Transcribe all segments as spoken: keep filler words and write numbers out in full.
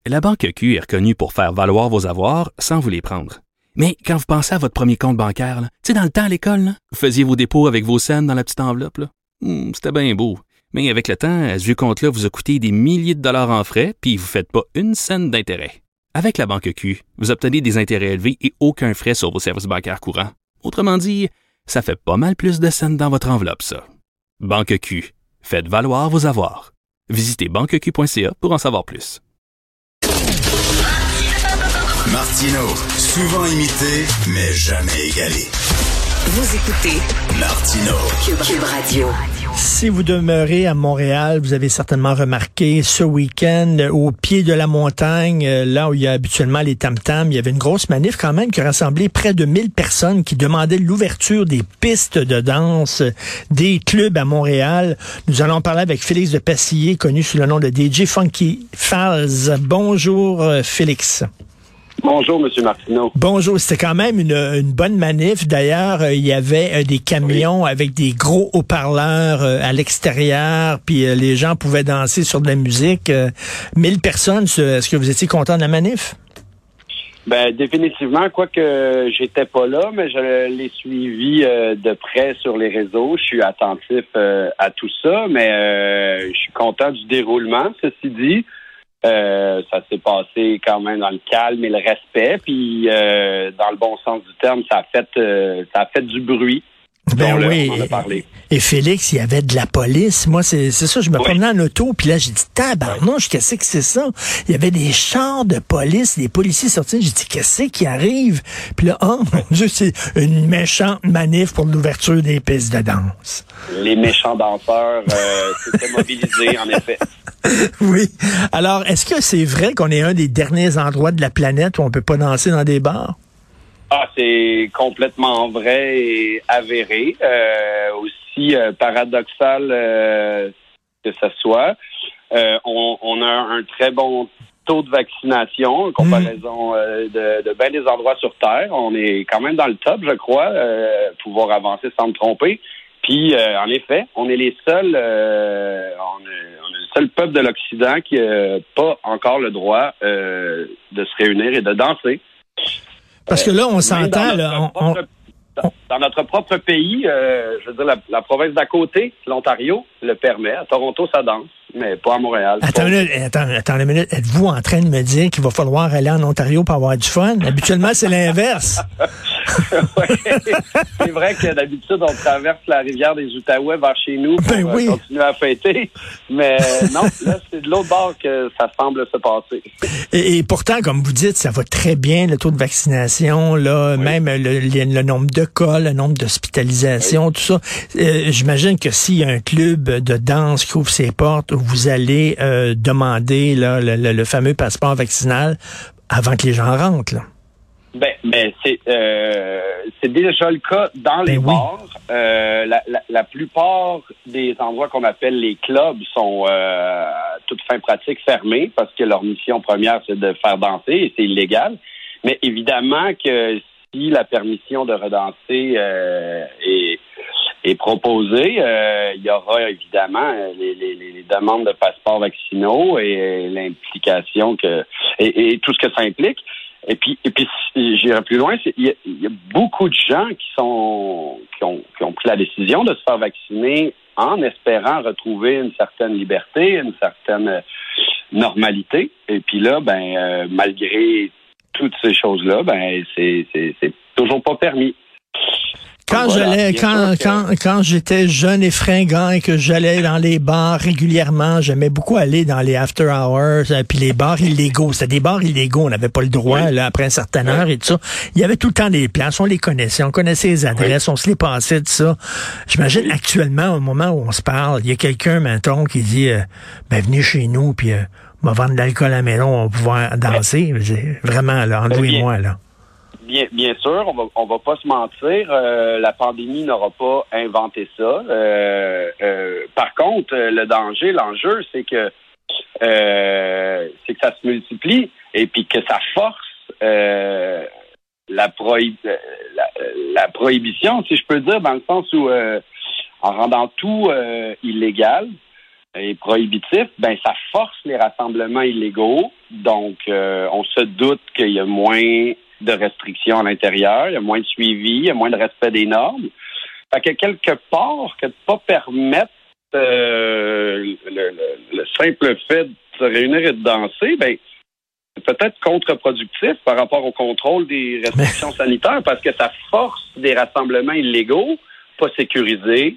La Banque Q est reconnue pour faire valoir vos avoirs sans vous les prendre. Mais quand vous pensez à votre premier compte bancaire, tu sais, dans le temps à l'école, là, vous faisiez vos dépôts avec vos scènes dans la petite enveloppe. Là. Hum, c'était bien beau. Mais avec le temps, ce vieux compte-là vous a coûté des milliers de dollars en frais, puis vous ne faites pas une scène d'intérêt. Avec la Banque Q, vous obtenez des intérêts élevés et aucun frais sur vos services bancaires courants. Autrement dit, ça fait pas mal plus de scènes dans votre enveloppe, ça. Banque Q. Faites valoir vos avoirs. Visitez banque q point c a pour en savoir plus. Martino, souvent imité, mais jamais égalé. Vous écoutez Martino, Cube, Cube Radio. Si vous demeurez à Montréal, vous avez certainement remarqué ce week-end, au pied de la montagne, là où il y a habituellement les tam-tams, il y avait une grosse manif quand même qui a rassemblé près de mille personnes qui demandaient l'ouverture des pistes de danse, des clubs à Montréal. Nous allons parler avec Félix de Pasillier, connu sous le nom de D J Funky Falz. Bonjour, Félix. Bonjour, M. Martineau. Bonjour. C'était quand même une, une bonne manif. D'ailleurs, euh, il y avait euh, des camions oui. avec des gros haut-parleurs euh, à l'extérieur, puis euh, les gens pouvaient danser sur de la musique. Euh, mille personnes, est-ce que vous étiez content de la manif? Ben définitivement, quoique j'étais pas là, mais je l'ai suivi euh, de près sur les réseaux. Je suis attentif euh, à tout ça, mais euh, je suis content du déroulement, ceci dit. Euh, ça s'est passé quand même dans le calme et le respect, puis euh, dans le bon sens du terme, ça a fait euh, ça a fait du bruit. Ben là, oui. On en a parlé. Et Félix, il y avait de la police. Moi, c'est c'est ça, je me oui. promenais en auto, puis là, j'ai dit, tabarnouche, qu'est-ce que c'est ça? Il y avait des chars de police, des policiers sortis. J'ai dit, qu'est-ce qui arrive? Puis là, oh mon Dieu, c'est une méchante manif pour l'ouverture des pistes de danse. Les méchants danseurs euh, s'étaient mobilisés, en effet. Oui. Alors, est-ce que c'est vrai qu'on est un des derniers endroits de la planète où on peut pas danser dans des bars? Ah, c'est complètement vrai et avéré. Euh, aussi euh, paradoxal euh, que ça soit. Euh, on, on a un très bon taux de vaccination en comparaison euh, de, de bien des endroits sur Terre. On est quand même dans le top, je crois, euh, pouvoir avancer sans me tromper. Puis, euh, en effet, on est les seuls, euh, on, est, on est le seul peuple de l'Occident qui n'a pas encore le droit euh, de se réunir et de danser. Parce que là, on euh, s'entend, là. On, propre, on... Dans, dans notre propre pays, euh, je veux dire, la, la province d'à côté, l'Ontario, le permet. À Toronto, ça danse, mais pas à Montréal. Attends une minute, attends, attends une minute. Êtes-vous en train de me dire qu'il va falloir aller en Ontario pour avoir du fun? Habituellement, c'est l'inverse. Ouais. C'est vrai que d'habitude, on traverse la rivière des Outaouais vers chez nous pour ben oui. euh, continuer à fêter. Mais euh, non, là, c'est de l'autre bord que ça semble se passer. Et, et pourtant, comme vous dites, ça va très bien, le taux de vaccination, là, oui. même le, le, le nombre de cas, le nombre d'hospitalisations, oui. tout ça. Euh, j'imagine que s'il y a un club de danse qui ouvre ses portes, vous allez euh, demander là, le, le, le fameux passeport vaccinal avant que les gens rentrent, là. Ben, ben c'est euh, c'est déjà le cas dans les ben bars. Oui. Euh, la, la, la plupart des endroits qu'on appelle les clubs sont euh, toutes fins pratiques fermés parce que leur mission première c'est de faire danser et c'est illégal. Mais évidemment que si la permission de redanser euh, est est proposée, euh, il y aura évidemment les, les, les demandes de passeports vaccinaux et l'implication que et, et tout ce que ça implique. Et puis, et puis, j'irai plus loin. Il y, a, il y a beaucoup de gens qui sont, qui ont, qui ont pris la décision de se faire vacciner en espérant retrouver une certaine liberté, une certaine normalité. Et puis là, ben, euh, malgré toutes ces choses-là, ben, c'est, c'est, c'est toujours pas permis. Quand voilà, j'allais, quand, que... quand, quand j'étais jeune et fringant et que j'allais dans les bars régulièrement, j'aimais beaucoup aller dans les after hours, puis les bars illégaux. C'était des bars illégaux, on n'avait pas le droit, oui. là, après une certaine oui. heure et tout ça. Il y avait tout le temps des places, on les connaissait, on connaissait les adresses, oui. on se les passait, tout ça. J'imagine oui. actuellement, au moment où on se parle, il y a quelqu'un, mettons, qui dit, euh, ben, venez chez nous, puis, euh, on va vendre de l'alcool à la maison, on va pouvoir danser. Oui. Vraiment, là, entre vous et moi, là. Bien, bien sûr, on va, on va pas se mentir. Euh, la pandémie n'aura pas inventé ça. Euh, euh, par contre, le danger, l'enjeu, c'est que euh, c'est que ça se multiplie et puis que ça force euh, la, prohib- la, la prohibition, si je peux dire, dans le sens où, euh, en rendant tout euh, illégal, est prohibitif, ben ça force les rassemblements illégaux. Donc, euh, on se doute qu'il y a moins de restrictions à l'intérieur, il y a moins de suivi, il y a moins de respect des normes. Fait que quelque part, que de ne pas permettre euh, le, le, le simple fait de se réunir et de danser, ben c'est peut-être contre-productif par rapport au contrôle des restrictions sanitaires parce que ça force des rassemblements illégaux, pas sécurisés,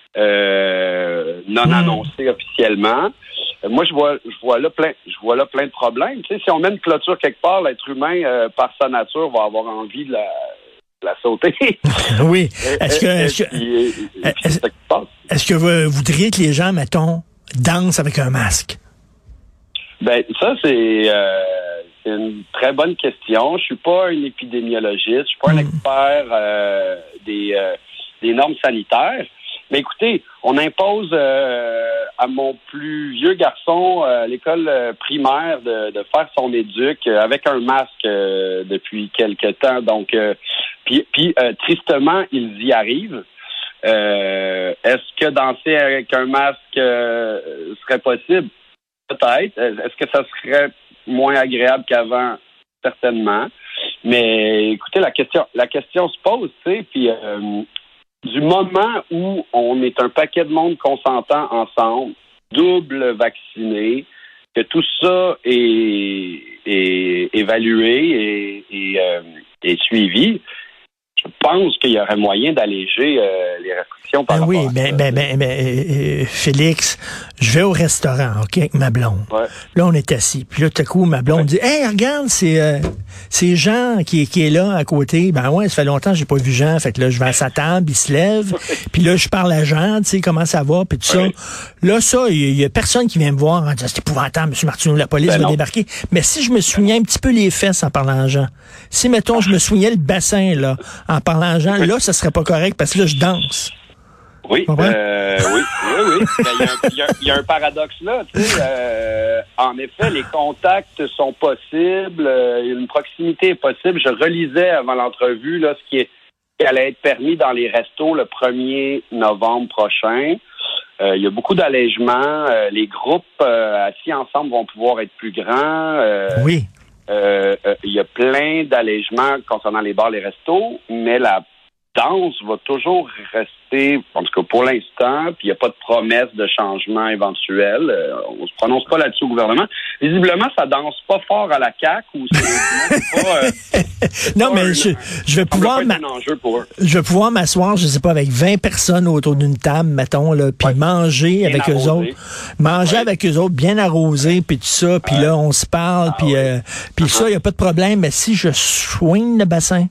euh, non annoncés officiellement. Moi, je vois, je vois là plein, je vois là plein de problèmes. Tu sais, si on met une clôture quelque part, l'être humain, euh, par sa nature, va avoir envie de la, de la sauter. Oui. Est-ce que, est-ce que, est-ce, est-ce que vous voudriez que les gens, mettons, dansent avec un masque? Ben, ça, c'est, euh, c'est une très bonne question. Je suis pas un épidémiologiste, je suis pas un expert euh, des, euh, des normes sanitaires. Mais écoutez, on impose euh, à mon plus vieux garçon à euh, l'école primaire de, de faire son éduc avec un masque euh, depuis quelque temps. Donc, euh, puis, puis euh, tristement, ils y arrivent. Euh, est-ce que danser avec un masque euh, serait possible? Peut-être. Est-ce que ça serait moins agréable qu'avant? Certainement. Mais écoutez, la question, la question se pose, tu sais, puis euh, du moment où on est un paquet de monde consentant ensemble, double vacciné, que tout ça est, est évalué et, et, euh, et suivi, je pense qu'il y aurait moyen d'alléger euh, les restrictions par ben rapport oui, à ben, ça. Ben, ben, ben, euh, Félix, je vais au restaurant, OK, avec ma blonde. Ouais. Là, on est assis. Puis là, tout à coup, ma blonde ouais. dit, « Hey, regarde, c'est, euh, c'est Jean qui, qui est là à côté. » Ben ouais, ça fait longtemps que j'ai pas vu Jean. Fait que là, je vais à sa table, il se lève. Puis là, je parle à Jean, tu sais, comment ça va, puis tout ouais. ça. Là, ça, il y, y a personne qui vient me voir en disant, « C'est épouvantable, M. Martineau, la police ben va non. débarquer. » Mais si je me souviens un petit peu les fesses en parlant à Jean, si, mettons, je me souviens le bassin, là, en parlant à Jean, là, ça serait pas correct parce que là, je danse. Oui, euh, oui, oui, oui. Il ben, y, y, y a un paradoxe là. Tu sais, euh, en effet, les contacts sont possibles, euh, une proximité est possible. Je relisais avant l'entrevue là ce qui, est, qui allait être permis dans les restos le premier novembre prochain. Il euh, y a beaucoup d'allègements. Euh, les groupes euh, assis ensemble vont pouvoir être plus grands. Euh, oui. Il euh, euh, y a plein d'allègements concernant les bars, les restos, mais la danse va toujours rester, en tout cas pour l'instant, puis il n'y a pas de promesse de changement éventuel. Euh, on ne se prononce pas là-dessus au gouvernement. Visiblement, ça danse pas fort à la C A Q ou c'est, c'est pas... Euh, c'est non, pas mais un, je, je vais pouvoir... Ma... Je vais pouvoir m'asseoir, je sais pas, avec vingt personnes autour d'une table, mettons, là, puis ouais. manger bien avec arrosé. eux autres. Manger ouais. avec eux autres, bien arrosé, puis tout ça, puis ouais. là, on se parle, puis ah, euh, puis uh-huh. ça, il n'y a pas de problème. Mais si je swing le bassin...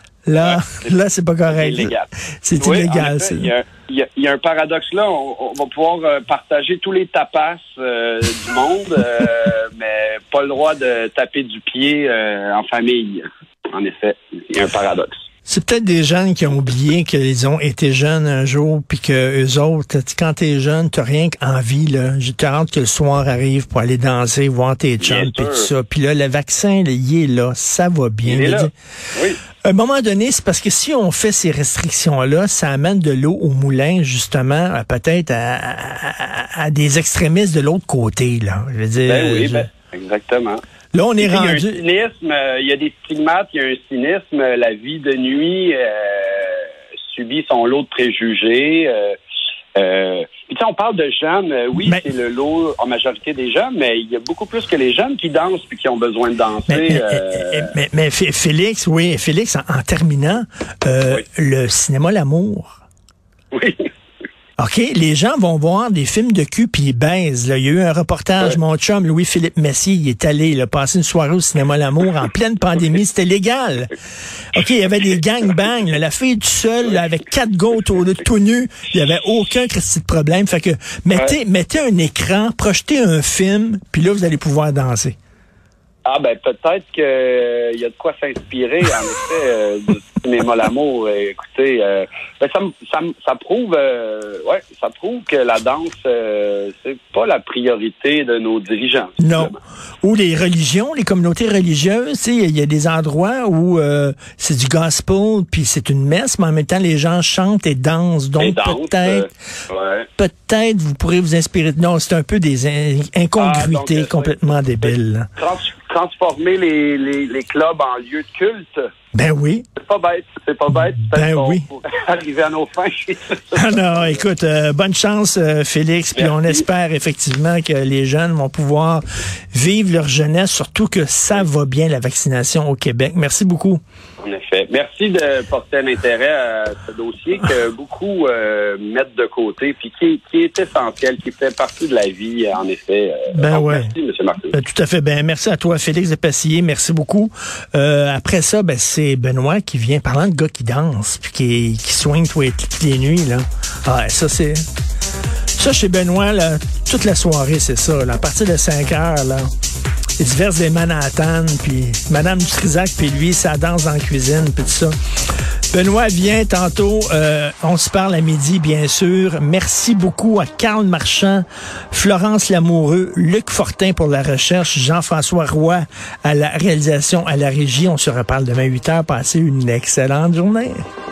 Là, ouais, là, c'est pas correct. C'est illégal. C'est oui, illégal. Effet, il, y a, il, y a, il y a un paradoxe là. On, on va pouvoir euh, partager tous les tapas euh, du monde, euh, mais pas le droit de taper du pied euh, en famille. En effet, il y a un paradoxe. C'est peut-être des jeunes qui ont oublié qu'ils ont été jeunes un jour, puis que eux autres, quand t'es jeune, t'as rien qu'envie, là. J'ai hâte que le soir arrive pour aller danser, voir tes chums, puis tout ça. Puis là, le vaccin, là, il est là, ça va bien. Il est là. Oui. À un moment donné, c'est parce que si on fait ces restrictions-là, ça amène de l'eau au moulin, justement, peut-être à, à, à des extrémistes de l'autre côté, là. Je veux dire. Ben oui, je... ben, exactement. Là, on est il rendu. Il y a un cynisme, il y a des stigmates, il y a un cynisme. La vie de nuit euh, subit son lot de préjugés. Euh, euh, puis, tu sais, on parle de jeunes. Oui, mais, c'est le lot en majorité des jeunes, mais il y a beaucoup plus que les jeunes qui dansent puis qui ont besoin de danser. Mais, mais, euh... mais, mais Félix, oui, Félix, en, en terminant, euh, oui. le cinéma L'Amour. Oui. OK, les gens vont voir des films de cul puis ils baisent. Là. Il y a eu un reportage, ouais. mon chum Louis-Philippe Messier, il est allé là, passer une soirée au cinéma L'Amour en pleine pandémie. C'était légal. OK, il y avait des gangbangs. Là. La fille toute seule, là, avec quatre gars autour de tout nu. Il n'y avait aucun Christy de problème. Fait que mettez, ouais. mettez un écran, projetez un film, puis là, vous allez pouvoir danser. Ah ben peut-être qu'il y a de quoi s'inspirer, en effet, euh, du cinéma l'amour. Euh, écoutez, euh, ben ça, ça, ça prouve, euh, ouais, ça prouve que la danse, euh, c'est pas la priorité de nos dirigeants. Non. Ou les religions, les communautés religieuses, tu sais, il y a des endroits où euh, c'est du gospel, puis c'est une messe, mais en même temps, les gens chantent et dansent. Donc, peut-être, euh, ouais. peut-être, vous pourrez vous inspirer. Non, c'est un peu des in- incongruités ah, donc, complètement ouais. débiles. Trans- transformer les, les, les clubs en lieux de culte. Ben oui. C'est pas bête, c'est pas bête. Ben oui. Pour arriver à nos fins. Ah non, écoute, euh, bonne chance, euh, Félix. Puis on espère effectivement que les jeunes vont pouvoir vivre leur jeunesse, surtout que ça va bien, la vaccination au Québec. Merci beaucoup. En effet. Merci de porter un intérêt à ce dossier que beaucoup euh, mettent de côté, puis qui, qui est essentiel, qui fait partie de la vie, en effet. Ben Donc, ouais. Merci, M. Martin. Ben, tout à fait. Ben merci à toi, Félix Despaciers. Merci beaucoup. Euh, après ça, ben c'est Benoît qui vient parlant de gars qui dansent puis qui, qui swing toutes les nuits là. Ah, ça c'est ça chez Benoît là, toute la soirée c'est ça. Là, à partir de cinq heures là. Il se verse des Manhattan, puis Madame Dutrisac, puis lui, ça danse dans la cuisine, puis tout ça. Benoît vient tantôt, euh, on se parle à midi, bien sûr. Merci beaucoup à Carl Marchand, Florence Lamoureux, Luc Fortin pour la recherche, Jean-François Roy à la réalisation, à la régie. On se reparle demain huit heures. Passez une excellente journée.